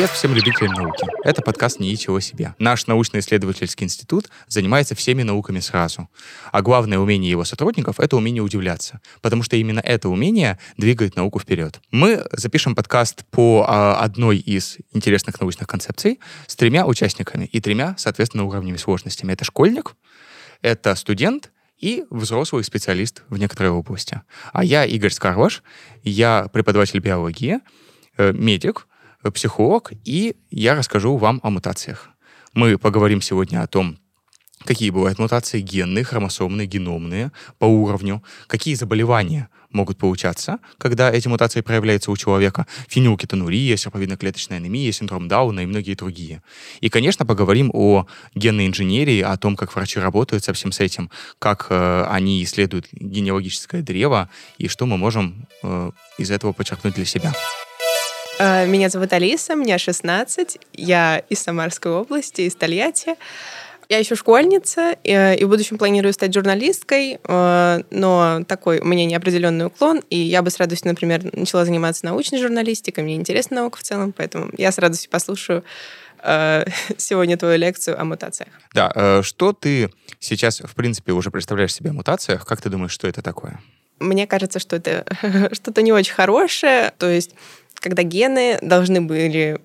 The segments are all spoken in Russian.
Привет всем любителям науки. Это подкаст «Ничего себе». Наш научно-исследовательский институт занимается всеми науками сразу. А главное умение его сотрудников — это умение удивляться, потому что именно это умение двигает науку вперед. Мы запишем подкаст по одной из интересных научных концепций с 3 участниками и 3, соответственно, уровнями сложности. Это школьник, это студент и взрослый специалист в некоторой области. А я Игорь Скарлаш, я преподаватель биологии, медик, психолог, и я расскажу вам о мутациях. Мы поговорим сегодня о том, какие бывают мутации генные, хромосомные, геномные, по уровню, какие заболевания могут получаться, когда эти мутации проявляются у человека, фенилкетонурия, серповидно-клеточная анемия, синдром Дауна и многие другие. И, конечно, поговорим о генной инженерии, о том, как врачи работают со всем с этим, как они исследуют генеалогическое древо и что мы можем из этого подчеркнуть для себя. Меня зовут Алиса, мне 16, я из Самарской области, из Тольятти. Я еще школьница, и в будущем планирую стать журналисткой, но такой у меня неопределенный уклон, и я бы с радостью, например, начала заниматься научной журналистикой, мне интересна наука в целом, поэтому я с радостью послушаю сегодня твою лекцию о мутациях. Да, что ты сейчас, в принципе, уже представляешь себе о мутациях? Как ты думаешь, что это такое? Мне кажется, что это что-то не очень хорошее, то есть когда гены должны были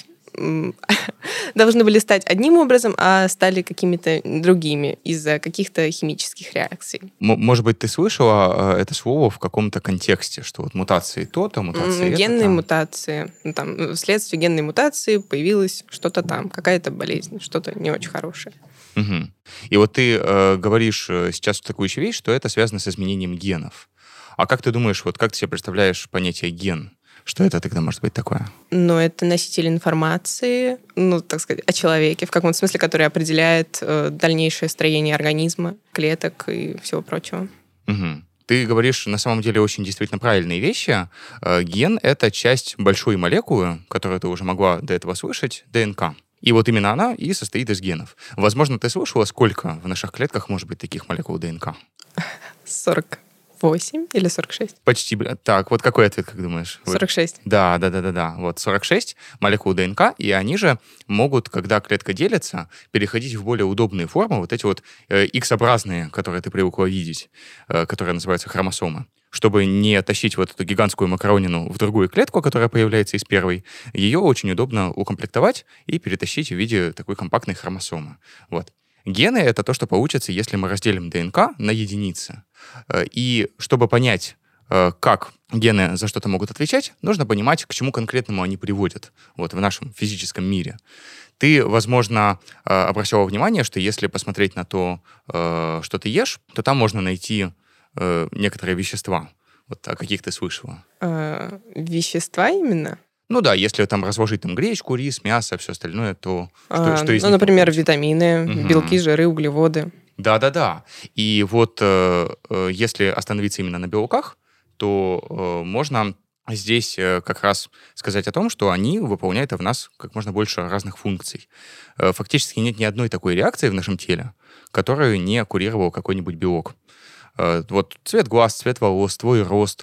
стать одним образом, а стали какими-то другими из-за каких-то химических реакций. Может быть, ты слышала это слово в каком-то контексте, что вот мутации то-то, мутации это. Генные мутации. Там, вследствие генной мутации появилось что-то там, какая-то болезнь, что-то не очень хорошее. Угу. И вот ты говоришь сейчас такую еще вещь, что это связано с изменением генов. А как ты думаешь, вот как ты себе представляешь понятие ген? Что это тогда может быть такое? Это носитель информации, так сказать, о человеке, в каком-то смысле, который определяет дальнейшее строение организма, клеток и всего прочего. Угу. Ты говоришь, на самом деле, очень действительно правильные вещи. Ген — это часть большой молекулы, которую ты уже могла до этого слышать, ДНК. И вот именно она и состоит из генов. Возможно, ты слышала, сколько в наших клетках может быть таких молекул ДНК? 48 или 46? Почти. Так, вот какой ответ, как думаешь? 46. Да. Вот 46 молекул ДНК, и они же могут, когда клетка делится, переходить в более удобные формы, вот эти вот X-образные, которые ты привыкла видеть, которые называются хромосомы. Чтобы не тащить вот эту гигантскую макаронину в другую клетку, которая появляется из первой, ее очень удобно укомплектовать и перетащить в виде такой компактной хромосомы. Вот. Гены — это то, что получится, если мы разделим ДНК на единицы. И чтобы понять, как гены за что-то могут отвечать, нужно понимать, к чему конкретному они приводят вот, в нашем физическом мире. Ты, возможно, обращала внимание, что если посмотреть на то, что ты ешь, то там можно найти некоторые вещества. Вот о каких ты слышала? Вещества именно? Да, если там разложить гречку, рис, мясо, все остальное, то что из них например, получится? Витамины, белки, жиры, углеводы. Да. И вот если остановиться именно на белках, то можно здесь как раз сказать о том, что они выполняют в нас как можно больше разных функций. Фактически нет ни одной такой реакции в нашем теле, которую не курировал какой-нибудь белок. Вот цвет глаз, цвет волос, твой рост,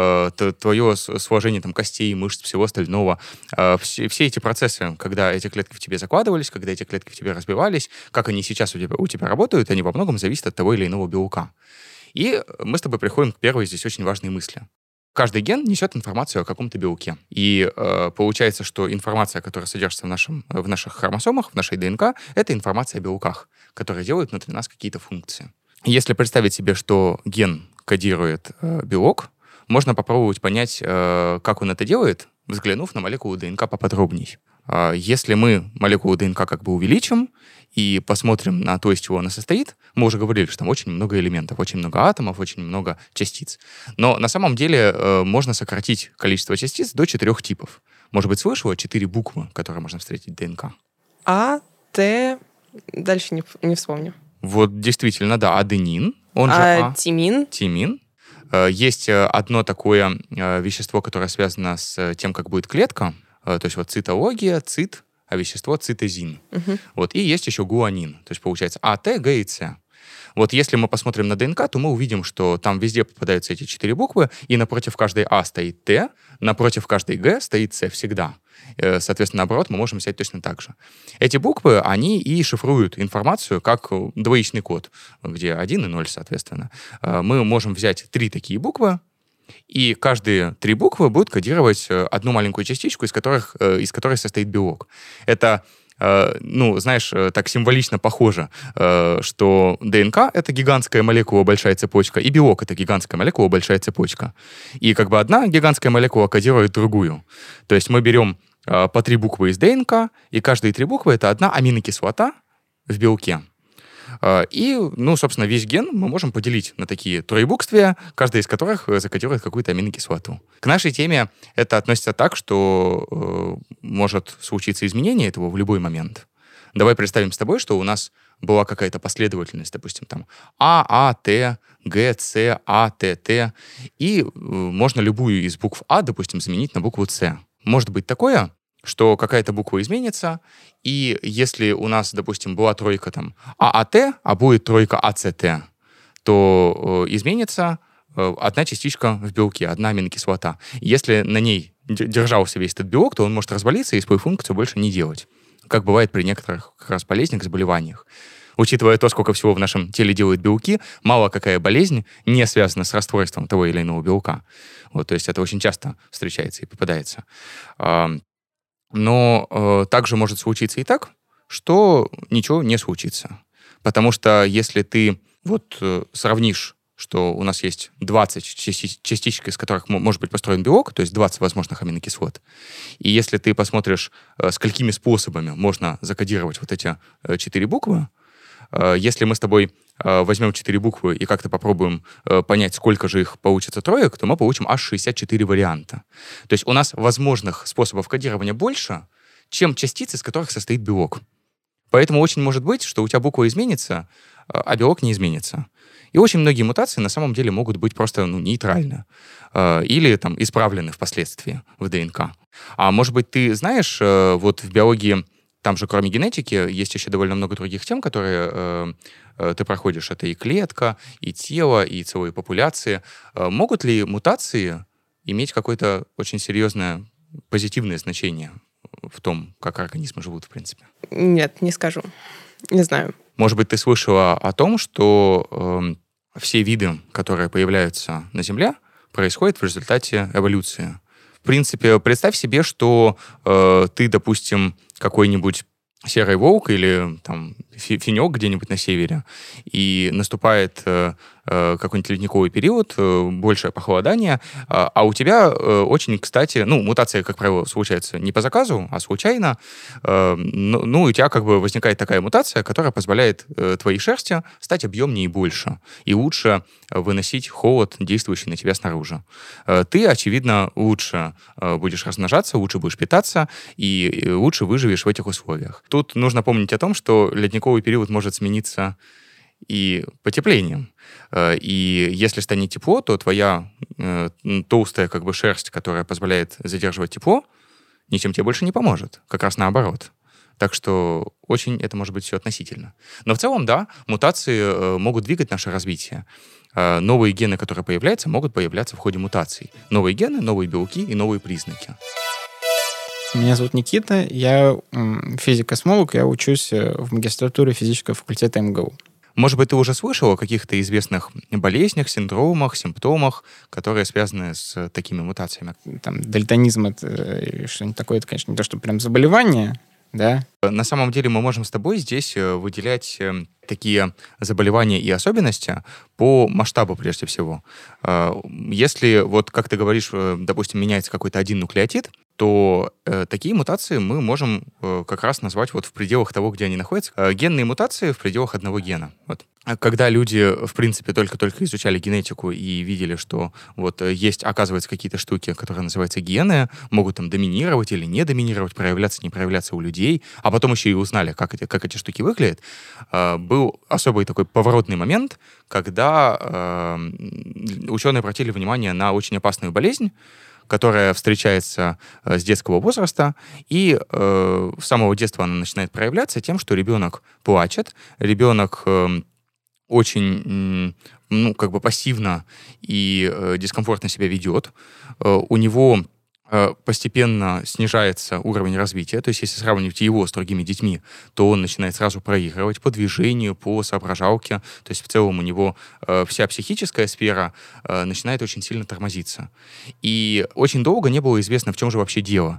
твое сложение костей, мышц, всего остального. Все эти процессы, когда эти клетки в тебе закладывались, когда эти клетки в тебе разбивались, как они сейчас у тебя работают, они во многом зависят от того или иного белка. И мы с тобой приходим к первой здесь очень важной мысли. Каждый ген несет информацию о каком-то белке. И получается, что информация, которая содержится в наших хромосомах, в нашей ДНК, это информация о белках, которые делают внутри нас какие-то функции. Если представить себе, что ген кодирует белок, можно попробовать понять, как он это делает, взглянув на молекулу ДНК поподробней. Если мы молекулу ДНК увеличим и посмотрим на то, из чего она состоит, мы уже говорили, что там очень много элементов, очень много атомов, очень много частиц. Но на самом деле можно сократить количество частиц до 4 типов. Может быть, слышала 4 буквы, которые можно встретить в ДНК? А, Т, дальше не вспомню. Вот действительно, да, аденин, он же тимин. Тимин. Есть одно такое вещество, которое связано с тем, как будет клетка, то есть вот цитология, цит, а вещество цитозин. Угу. Вот, и есть еще гуанин, то есть получается А, Т, Г и С. Вот если мы посмотрим на ДНК, то мы увидим, что там везде попадаются эти 4 буквы, и напротив каждой А стоит Т, напротив каждой Г стоит С всегда. Соответственно, наоборот, мы можем взять точно так же. Эти буквы, они и шифруют информацию как двоичный код, где 1 и 0, соответственно. Мы можем взять 3 такие буквы, и каждые 3 буквы будут кодировать одну маленькую частичку, из которой состоит белок. Это, знаешь, так символично похоже, что ДНК — это гигантская молекула, большая цепочка, и белок — это гигантская молекула, большая цепочка. И как бы одна гигантская молекула кодирует другую. То есть мы берем по 3 буквы из ДНК, и каждые 3 буквы — это одна аминокислота в белке. И, собственно, весь ген мы можем поделить на такие троебуквия, каждая из которых закодирует какую-то аминокислоту. К нашей теме это относится так, что может случиться изменение этого в любой момент. Давай представим с тобой, что у нас была какая-то последовательность, допустим, там А, Т, Г, С, А, Т, Т, и можно любую из букв А, допустим, заменить на букву С. Может быть такое, что какая-то буква изменится, и если у нас, допустим, была тройка там ААТ, а будет тройка АЦТ, то изменится одна частичка в белке, одна аминокислота. Если на ней держался весь этот белок, то он может развалиться и свою функцию больше не делать, как бывает при некоторых как раз болезненных заболеваниях. Учитывая то, сколько всего в нашем теле делают белки, мало какая болезнь не связана с расстройством того или иного белка. Вот, то есть это очень часто встречается и попадается. Но также может случиться и так, что ничего не случится. Потому что если ты сравнишь, что у нас есть 20 частичек, из которых может быть построен белок, то есть 20 возможных аминокислот, и если ты посмотришь, сколькими способами можно закодировать вот эти 4 буквы, если мы с тобой возьмем 4 буквы и как-то попробуем понять, сколько же их получится троек, то мы получим аж 64 варианта. То есть у нас возможных способов кодирования больше, чем частиц, из которых состоит белок. Поэтому очень может быть, что у тебя буква изменится, а белок не изменится. И очень многие мутации на самом деле могут быть просто нейтральны или там исправлены впоследствии в ДНК. А может быть, ты знаешь, в биологии там же, кроме генетики, есть еще довольно много других тем, которые ты проходишь. Это и клетка, и тело, и целые популяции. Могут ли мутации иметь какое-то очень серьезное позитивное значение в том, как организмы живут, в принципе? Нет, не скажу. Не знаю. Может быть, ты слышала о том, что все виды, которые появляются на Земле, происходят в результате эволюции. В принципе, представь себе, что ты, допустим, какой-нибудь серый волк или там фенек где-нибудь на севере, и наступает какой-нибудь ледниковый период, большее похолодание, а у тебя очень, кстати, мутация, как правило, случается не по заказу, а случайно, у тебя как бы возникает такая мутация, которая позволяет твоей шерсти стать объемнее и больше, и лучше выносить холод, действующий на тебя снаружи. Ты, очевидно, лучше будешь размножаться, лучше будешь питаться, и лучше выживешь в этих условиях. Тут нужно помнить о том, что ледниковый период может смениться и потеплением. И если станет тепло, то твоя толстая как бы шерсть, которая позволяет задерживать тепло, ничем тебе больше не поможет. Как раз наоборот. Так что очень это может быть все относительно. Но в целом, да, мутации могут двигать наше развитие. Новые гены, которые появляются, могут появляться в ходе мутаций. Новые гены, новые белки и новые признаки. Меня зовут Никита, я физик-космолог, я учусь в магистратуре физического факультета МГУ. Может быть, ты уже слышал о каких-то известных болезнях, синдромах, симптомах, которые связаны с такими мутациями? Там дальтонизм это что-нибудь такое, это, конечно, не то, что прям заболевание, да? На самом деле мы можем с тобой здесь выделять такие заболевания и особенности по масштабу прежде всего. Если, как ты говоришь, допустим, меняется какой-то один нуклеотид, то такие мутации мы можем как раз назвать в пределах того, где они находятся, генные мутации в пределах одного гена. Когда люди, в принципе, только-только изучали генетику и видели, что есть, оказывается, какие-то штуки, которые называются гены, могут там доминировать или не доминировать, проявляться, не проявляться у людей, а потом еще и узнали, как эти штуки выглядят, был особый такой поворотный момент, когда ученые обратили внимание на очень опасную болезнь, которая встречается с детского возраста, и с самого детства она начинает проявляться тем, что ребенок плачет, ребенок очень, как бы пассивно и дискомфортно себя ведет. У него постепенно снижается уровень развития. То есть, если сравнивать его с другими детьми, то он начинает сразу проигрывать по движению, по соображалке. То есть, в целом у него вся психическая сфера начинает очень сильно тормозиться. И очень долго не было известно, в чем же вообще дело.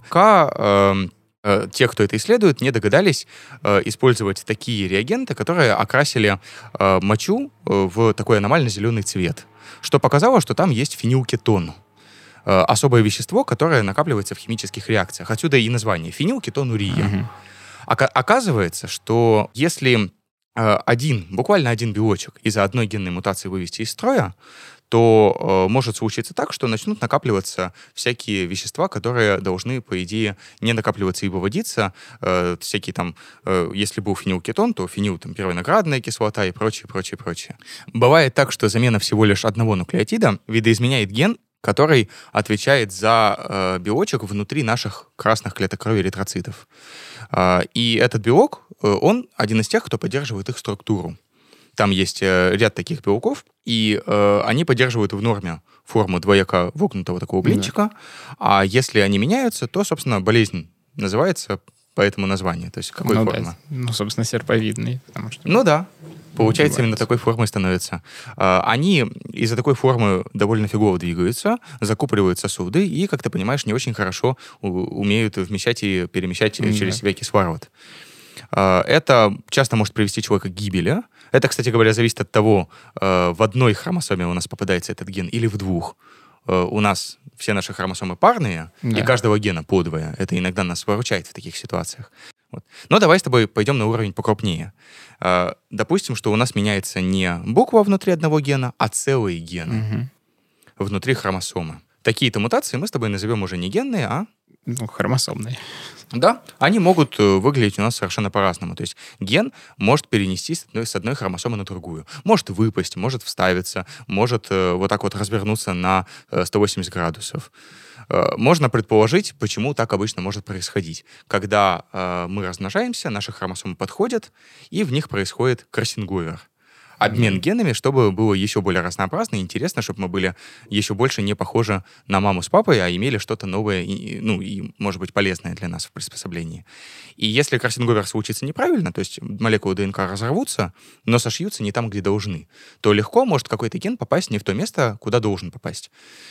Те, кто это исследует, не догадались использовать такие реагенты, которые окрасили мочу в такой аномально-зеленый цвет, что показало, что там есть фенилкетон. Особое вещество, которое накапливается в химических реакциях. Отсюда и название — фенилкетонурия. Оказывается, что если буквально один белочек из-за одной генной мутации вывести из строя, то может случиться так, что начнут накапливаться всякие вещества, которые должны, по идее, не накапливаться и выводиться. Всякие там, если был фенилкетон, то фенил, там, первонаградная кислота и прочее, прочее, прочее. Бывает так, что замена всего лишь одного нуклеотида видоизменяет ген, который отвечает за белочек внутри наших красных клеток крови эритроцитов. И этот белок, он один из тех, кто поддерживает их структуру. Там есть ряд таких белков, и они поддерживают в норме форму двояко вогнутого такого блинчика. А если они меняются, то, собственно, болезнь называется по этому названию. То есть какой формы? Да. Собственно, серповидный. Потому что да. Получается, именно такой формой становятся. Они из-за такой формы довольно фигово двигаются, закупоривают сосуды и, как ты понимаешь, не очень хорошо умеют вмещать и перемещать через себя кислород. Это часто может привести человека к гибели. Это, кстати говоря, зависит от того, в одной хромосоме у нас попадается этот ген или в двух. У нас все наши хромосомы парные, и каждого гена подвое. Это иногда нас выручает в таких ситуациях. Вот. Но давай с тобой пойдем на уровень покрупнее. Допустим, что у нас меняется не буква внутри одного гена, а целые гены внутри хромосомы. Такие-то мутации мы с тобой назовем уже не генные, а... хромосомные. Да, они могут выглядеть у нас совершенно по-разному. То есть ген может перенестись с одной хромосомы на другую. Может выпасть, может вставиться, может вот так вот развернуться на 180 градусов. Можно предположить, почему так обычно может происходить. Когда мы размножаемся, наши хромосомы подходят, и в них происходит кроссинговер. Обмен генами, чтобы было еще более разнообразно и интересно, чтобы мы были еще больше не похожи на маму с папой, а имели что-то новое и, может быть, полезное для нас в приспособлении. И если кроссинговер случится неправильно, то есть молекулы ДНК разорвутся, но сошьются не там, где должны, то легко может какой-то ген попасть не в то место, куда должен попасть,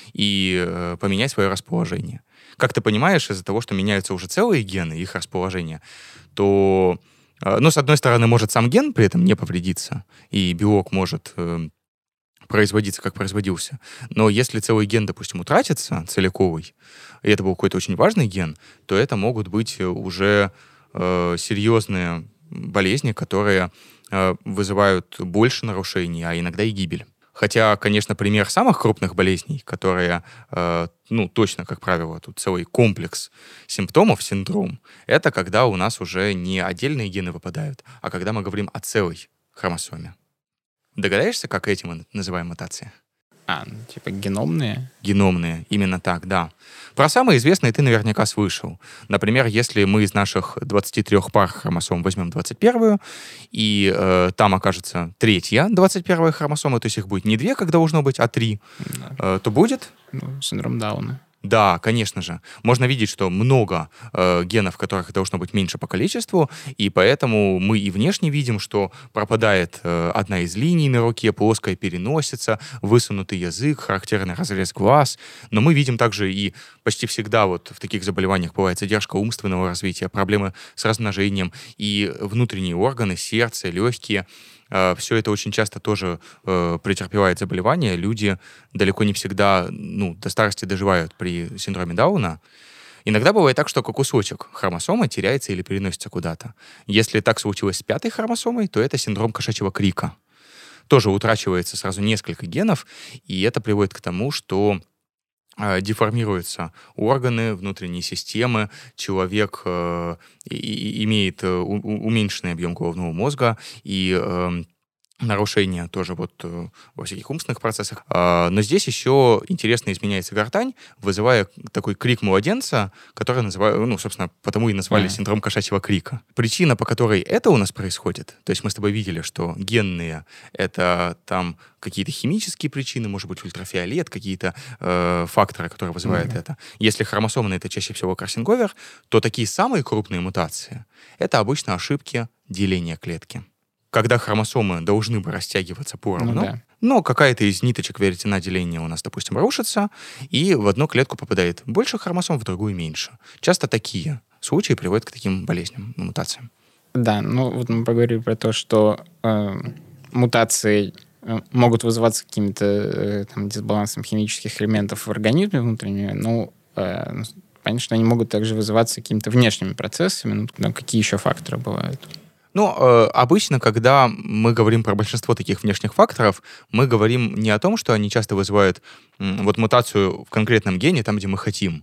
и поменять свое расположение. Как ты понимаешь, из-за того, что меняются уже целые гены, их расположение, то... с одной стороны, может сам ген при этом не повредиться, и белок может производиться, как производился. Но если целый ген, допустим, утратится целиковый, и это был какой-то очень важный ген, то это могут быть уже серьезные болезни, которые вызывают больше нарушений, а иногда и гибель. Хотя, конечно, пример самых крупных болезней, которые, точно, как правило, тут целый комплекс симптомов, синдром, это когда у нас уже не отдельные гены выпадают, а когда мы говорим о целой хромосоме. Догадаешься, как эти мы называем мутации? Типа геномные? Геномные, именно так, да. Про самые известные ты наверняка слышал. Например, если мы из наших 23 пар хромосом возьмем 21-ю, и там окажется третья 21-я хромосома, то есть их будет не 2, как должно быть, а 3, то будет... синдром Дауна. Да, конечно же. Можно видеть, что много генов, которых должно быть меньше по количеству, и поэтому мы и внешне видим, что пропадает одна из линий на руке, плоская переносица, высунутый язык, характерный разрез глаз. Но мы видим также и почти всегда вот в таких заболеваниях бывает задержка умственного развития, проблемы с размножением, и внутренние органы, сердце, легкие. Все это очень часто тоже претерпевает заболевания. Люди далеко не всегда до старости доживают при синдроме Дауна. Иногда бывает так, что кусочек хромосомы теряется или переносится куда-то. Если так случилось с 5-й хромосомой, то это синдром кошачьего крика. Тоже утрачивается сразу несколько генов, и это приводит к тому, что деформируются органы, внутренние системы, человек имеет уменьшенный объем головного мозга, и нарушения тоже вот во всяких умственных процессах. Но здесь еще интересно изменяется гортань, вызывая такой крик младенца, который называют, собственно, потому и назвали синдром кошачьего крика. Причина, по которой это у нас происходит, то есть мы с тобой видели, что генные — это там какие-то химические причины, может быть, ультрафиолет, какие-то факторы, которые вызывают это. Если хромосомные — это чаще всего кроссинговер, то такие самые крупные мутации — это обычно ошибки деления клетки. Когда хромосомы должны бы растягиваться поровну, но какая-то из ниточек веретена деления у нас, допустим, рушится, и в одну клетку попадает больше хромосом, в другую меньше. Часто такие случаи приводят к таким болезням, мутациям. Да, вот мы поговорили про то, что мутации могут вызываться каким-то дисбалансом химических элементов в организме внутреннем, понятно, что они могут также вызываться какими-то внешними процессами. Какие еще факторы бывают? Обычно, когда мы говорим про большинство таких внешних факторов, мы говорим не о том, что они часто вызывают мутацию в конкретном гене, там, где мы хотим,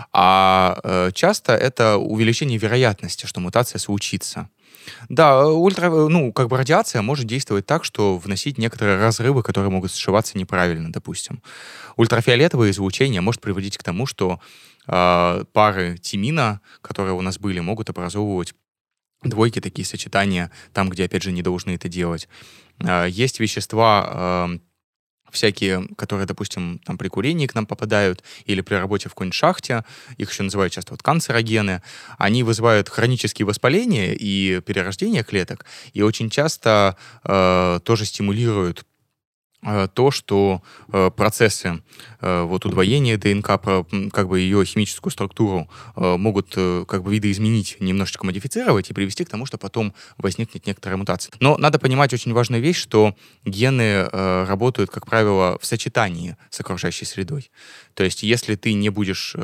а часто это увеличение вероятности, что мутация случится. Да, радиация может действовать так, что вносить некоторые разрывы, которые могут сшиваться неправильно, допустим. Ультрафиолетовое излучение может приводить к тому, что пары тимина, которые у нас были, могут образовывать двойки, такие сочетания, там, где, опять же, не должны это делать. Есть вещества всякие, которые, допустим, там при курении к нам попадают или при работе в какой-нибудь шахте, их еще называют часто канцерогены, они вызывают хронические воспаления и перерождение клеток, и очень часто тоже стимулируют то, что процессы удвоения ДНК, ее химическую структуру могут видоизменить, немножечко модифицировать и привести к тому, что потом возникнет некоторая мутация. Но надо понимать очень важную вещь, что гены работают, как правило, в сочетании с окружающей средой. То есть если ты не будешь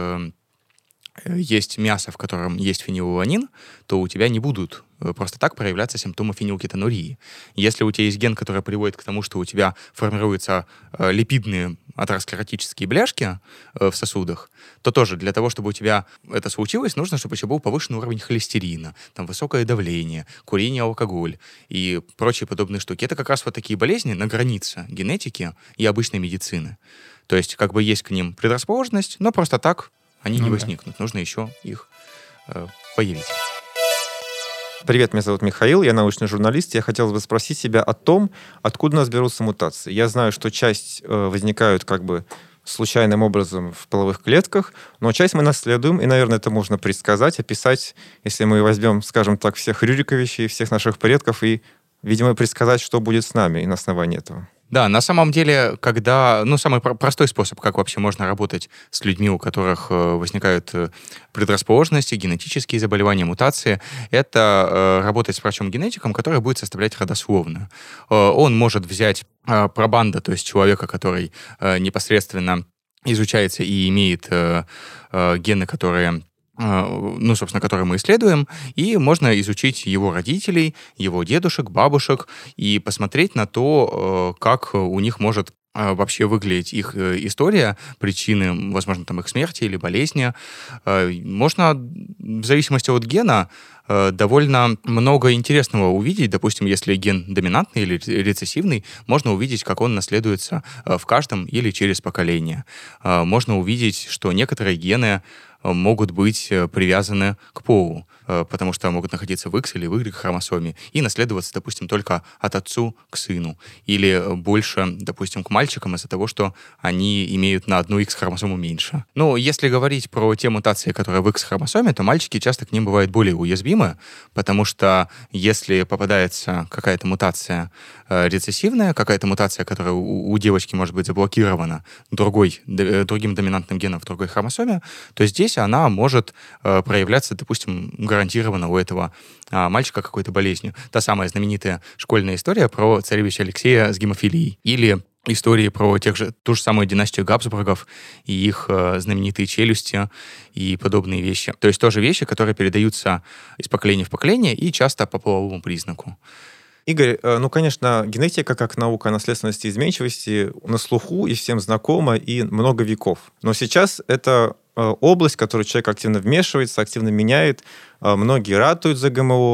есть мясо, в котором есть фенилаланин, то у тебя не будут просто так проявляться симптомы фенилкетонурии. Если у тебя есть ген, который приводит к тому, что у тебя формируются липидные атеросклеротические бляшки в сосудах, то тоже для того, чтобы у тебя это случилось, нужно, чтобы еще был повышенный уровень холестерина, там высокое давление, курение, алкоголь и прочие подобные штуки. Это как раз вот такие болезни на границе генетики и обычной медицины. То есть есть к ним предрасположенность, но просто так они не возникнут. Нужно еще их появить. Привет, меня зовут Михаил, я научный журналист. Я хотел бы спросить себя о том, откуда у нас берутся мутации. Я знаю, что часть возникают случайным образом в половых клетках, но часть мы наследуем, и, наверное, это можно предсказать, описать, если мы возьмем, скажем так, всех Рюриковичей, всех наших предков, и, видимо, предсказать, что будет с нами, и на основании этого. Да, на самом деле, самый простой способ, как вообще можно работать с людьми, у которых возникают предрасположенности, генетические заболевания, мутации, это работать с врачом-генетиком, который будет составлять родословную. Он может взять пробанда, то есть человека, который непосредственно изучается и имеет гены, которые которые мы исследуем, и можно изучить его родителей, его дедушек, бабушек, и посмотреть на то, как у них может вообще выглядеть их история, причины, возможно, их смерти или болезни. Можно, в зависимости от гена, довольно много интересного увидеть. Допустим, если ген доминантный или рецессивный, можно увидеть, как он наследуется в каждом или через поколение. Можно увидеть, что некоторые гены могут быть привязаны к полу, потому что могут находиться в X или в Y хромосоме и наследоваться, допустим, только от отцу к сыну. Или больше, допустим, к мальчикам из-за того, что они имеют на одну X-хромосому меньше. Если говорить про те мутации, которые в X-хромосоме, то мальчики часто к ним бывают более уязвимы, потому что если попадается какая-то мутация рецессивная, какая-то мутация, которая у девочки может быть заблокирована другим доминантным геном в другой хромосоме, то здесь она может проявляться, допустим, гарантированно у этого мальчика какой-то болезнью. Та самая знаменитая школьная история про царевича Алексея с гемофилией. Или истории про ту же самую династию Габсбургов и их знаменитые челюсти и подобные вещи. То есть тоже вещи, которые передаются из поколения в поколение и часто по половому признаку. Игорь, конечно, генетика как наука о наследственности и изменчивости на слуху и всем знакома и много веков. Но сейчас это область, в которую человек активно вмешивается, активно меняет. Многие ратуют за ГМО,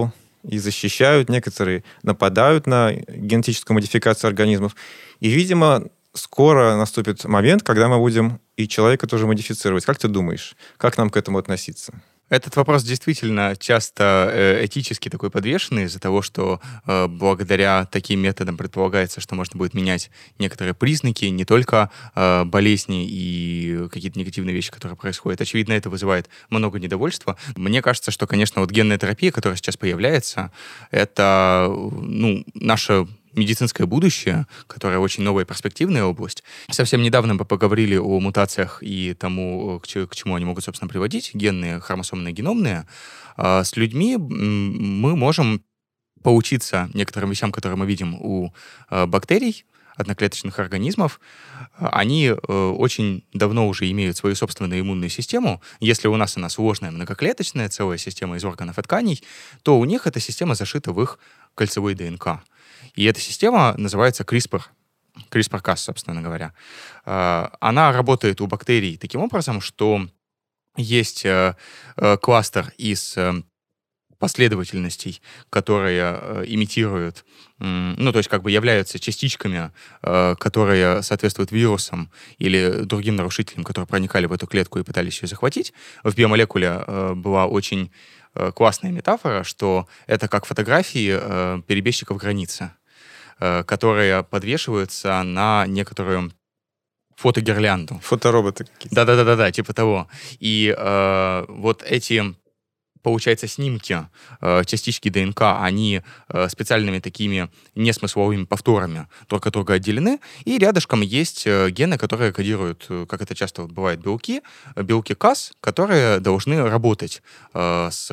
и защищают, некоторые нападают на генетическую модификацию организмов. И, видимо, скоро наступит момент, когда мы будем и человека тоже модифицировать. Как ты думаешь, как нам к этому относиться? Этот вопрос действительно часто этически такой подвешенный из-за того, что благодаря таким методам предполагается, что можно будет менять некоторые признаки, не только болезни и какие-то негативные вещи, которые происходят. Очевидно, это вызывает много недовольства. Мне кажется, что, конечно, вот генная терапия, которая сейчас появляется, это наша медицинское будущее, которое очень новая и перспективная область. Совсем недавно мы поговорили о мутациях и тому, к чему они могут, собственно, приводить, генные, хромосомные, геномные. С людьми мы можем поучиться некоторым вещам, которые мы видим у бактерий, одноклеточных организмов. Они очень давно уже имеют свою собственную иммунную систему. Если у нас она сложная, многоклеточная, целая система из органов и тканей, то у них эта система зашита в их кольцевой ДНК. И эта система называется CRISPR-Cas, собственно говоря. Она работает у бактерий таким образом, что есть кластер из последовательностей, которые имитируют, то есть как бы являются частичками, которые соответствуют вирусам или другим нарушителям, которые проникали в эту клетку и пытались ее захватить. В биомолекуле была очень классная метафора, что это как фотографии перебежчиков границы, которые подвешиваются на некоторую фотогирлянду. Фотороботы какие-то. Да, типа того. И вот эти, получается, снимки частички ДНК, они специальными такими несмысловыми повторами друг от друга отделены, и рядышком есть гены, которые кодируют, как это часто бывает, белки Cas, которые должны работать с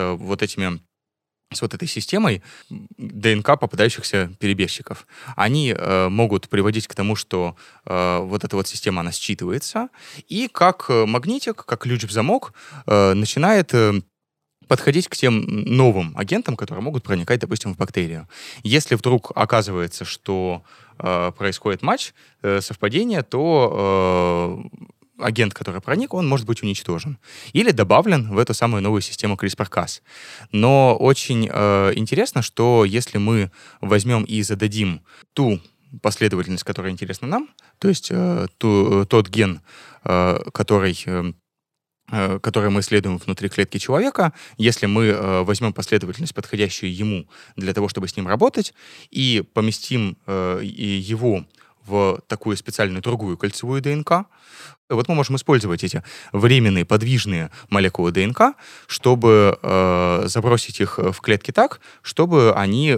вот этой системой ДНК попадающихся перебежчиков. Они могут приводить к тому, что вот эта вот система, она считывается, и как магнитик, как ключ в замок, начинает подходить к тем новым агентам, которые могут проникать, допустим, в бактерию. Если вдруг оказывается, что происходит матч, совпадение, то агент, который проник, он может быть уничтожен. Или добавлен в эту самую новую систему CRISPR-Cas. Но очень интересно, что если мы возьмем и зададим ту последовательность, которая интересна нам, то есть тот ген, который мы исследуем внутри клетки человека, если мы возьмем последовательность, подходящую ему для того, чтобы с ним работать, и поместим его в такую специальную другую кольцевую ДНК, вот мы можем использовать эти временные подвижные молекулы ДНК, чтобы забросить их в клетки так, чтобы они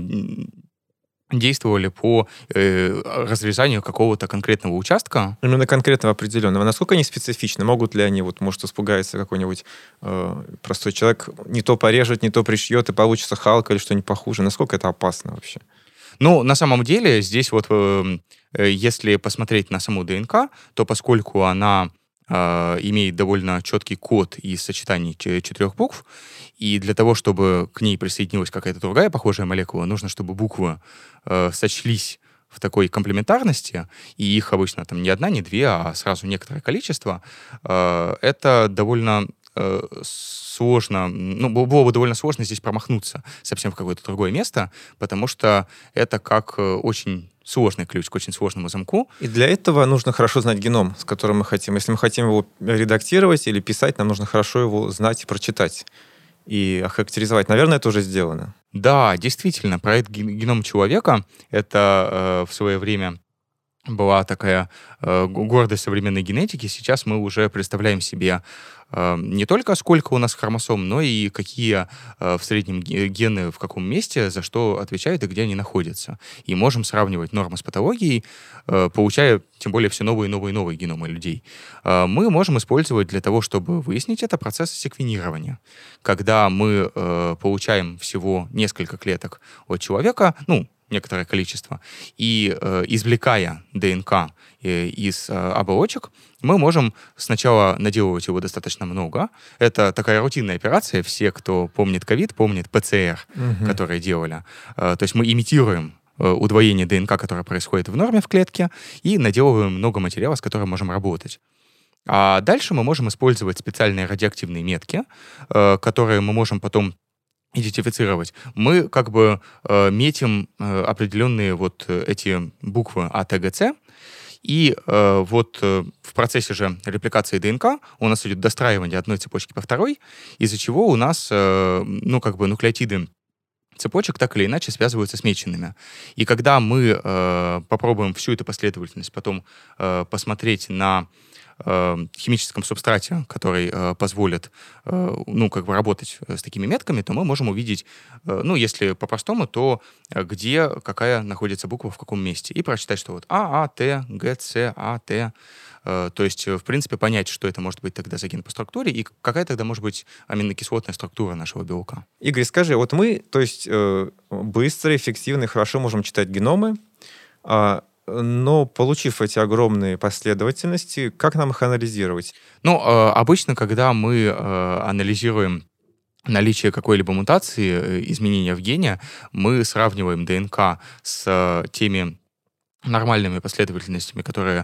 действовали по разрезанию какого-то конкретного участка. Именно конкретного определенного. Насколько они специфичны? Могут ли они, может испугается какой-нибудь простой человек, не то порежет, не то пришьет, и получится Халк или что-нибудь похуже? Насколько это опасно вообще? На самом деле, здесь вот, если посмотреть на саму ДНК, то поскольку она имеет довольно четкий код из сочетаний 4 букв, и для того, чтобы к ней присоединилась какая-то другая похожая молекула, нужно, чтобы буквы сочлись в такой комплементарности, и их обычно там не одна, не две, а сразу некоторое количество, это довольно сложно, было бы довольно сложно здесь промахнуться совсем в какое-то другое место, потому что это как очень сложный ключ к очень сложному замку. И для этого нужно хорошо знать геном, с которым мы хотим. Если мы хотим его редактировать или писать, нам нужно хорошо его знать и прочитать. И охарактеризовать. Наверное, это уже сделано. Да, действительно, проект «Геном человека» — это в свое время была такая гордость современной генетики. Сейчас мы уже представляем себе не только сколько у нас хромосом, но и какие в среднем гены в каком месте, за что отвечают и где они находятся. И можем сравнивать нормы с патологией, получая тем более все новые и новые и новые геномы людей. Мы можем использовать для того, чтобы выяснить это, процесс секвенирования. Когда мы получаем всего несколько клеток от человека, некоторое количество, и извлекая ДНК из оболочек, мы можем сначала наделывать его достаточно много. Это такая рутинная операция. Все, кто помнит ковид, помнят ПЦР, которые делали. То есть мы имитируем удвоение ДНК, которое происходит в норме в клетке, и наделываем много материала, с которым можем работать. А дальше мы можем использовать специальные радиоактивные метки, которые мы можем потом идентифицировать, мы как бы метим определенные вот эти буквы А, Т, Г, С, и в процессе же репликации ДНК у нас идет достраивание одной цепочки по второй, из-за чего у нас, нуклеотиды цепочек так или иначе связываются с меченными. И когда мы попробуем всю эту последовательность потом посмотреть на химическом субстрате, который позволит работать с такими метками, то мы можем увидеть, если по-простому, то где какая находится буква в каком месте. И прочитать, что вот А, Т, Г, С, А, Т. То есть, в принципе, понять, что это может быть тогда за ген по структуре и какая тогда может быть аминокислотная структура нашего белка. Игорь, скажи, вот мы, то есть, быстро, эффективно и хорошо можем читать геномы, но, получив эти огромные последовательности, как нам их анализировать? Обычно, когда мы анализируем наличие какой-либо мутации, изменения в гене, мы сравниваем ДНК с теми нормальными последовательностями,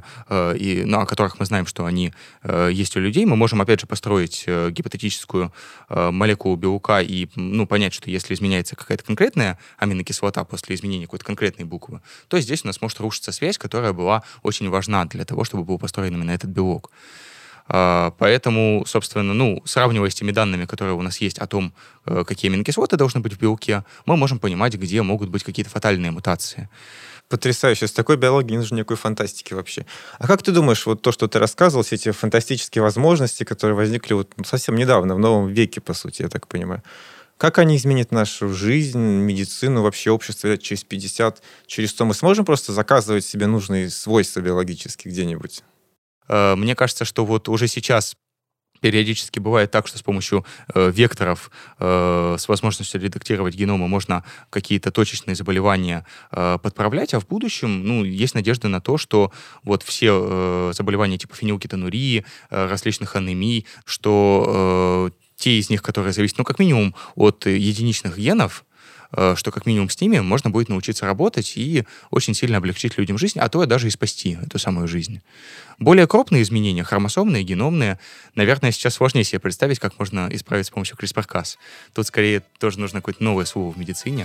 о которых мы знаем, что они есть у людей. Мы можем, опять же, построить гипотетическую молекулу белка и понять, что если изменяется какая-то конкретная аминокислота после изменения какой-то конкретной буквы, то здесь у нас может рушиться связь, которая была очень важна для того, чтобы был построен именно этот белок. Поэтому, собственно, сравнивая с теми данными, которые у нас есть о том, какие аминокислоты должны быть в белке, мы можем понимать, где могут быть какие-то фатальные мутации. Потрясающе. С такой биологией не нужно никакой фантастики вообще. А как ты думаешь, вот то, что ты рассказывал, все эти фантастические возможности, которые возникли вот совсем недавно, в новом веке, по сути, я так понимаю, как они изменят нашу жизнь, медицину, вообще общество лет через 50, через 100? Мы сможем просто заказывать себе нужные свойства биологические где-нибудь? Мне кажется, что вот уже сейчас периодически бывает так, что с помощью векторов с возможностью редактировать геномы можно какие-то точечные заболевания подправлять, а в будущем есть надежда на то, что вот все заболевания типа фенилкетонурии, различных анемий, что те из них, которые зависят, как минимум, от единичных генов, что как минимум с ними можно будет научиться работать и очень сильно облегчить людям жизнь, а то даже и спасти эту самую жизнь. Более крупные изменения, хромосомные, геномные, наверное, сейчас сложнее себе представить, как можно исправить с помощью CRISPR-Cas. Тут скорее тоже нужно какое-то новое слово в медицине.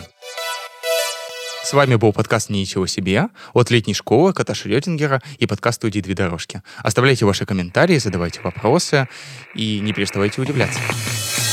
С вами был подкаст «Ничего себе» от летней школы Кота Шрёдингера и подкаст-студии «Две дорожки». Оставляйте ваши комментарии, задавайте вопросы и не переставайте удивляться.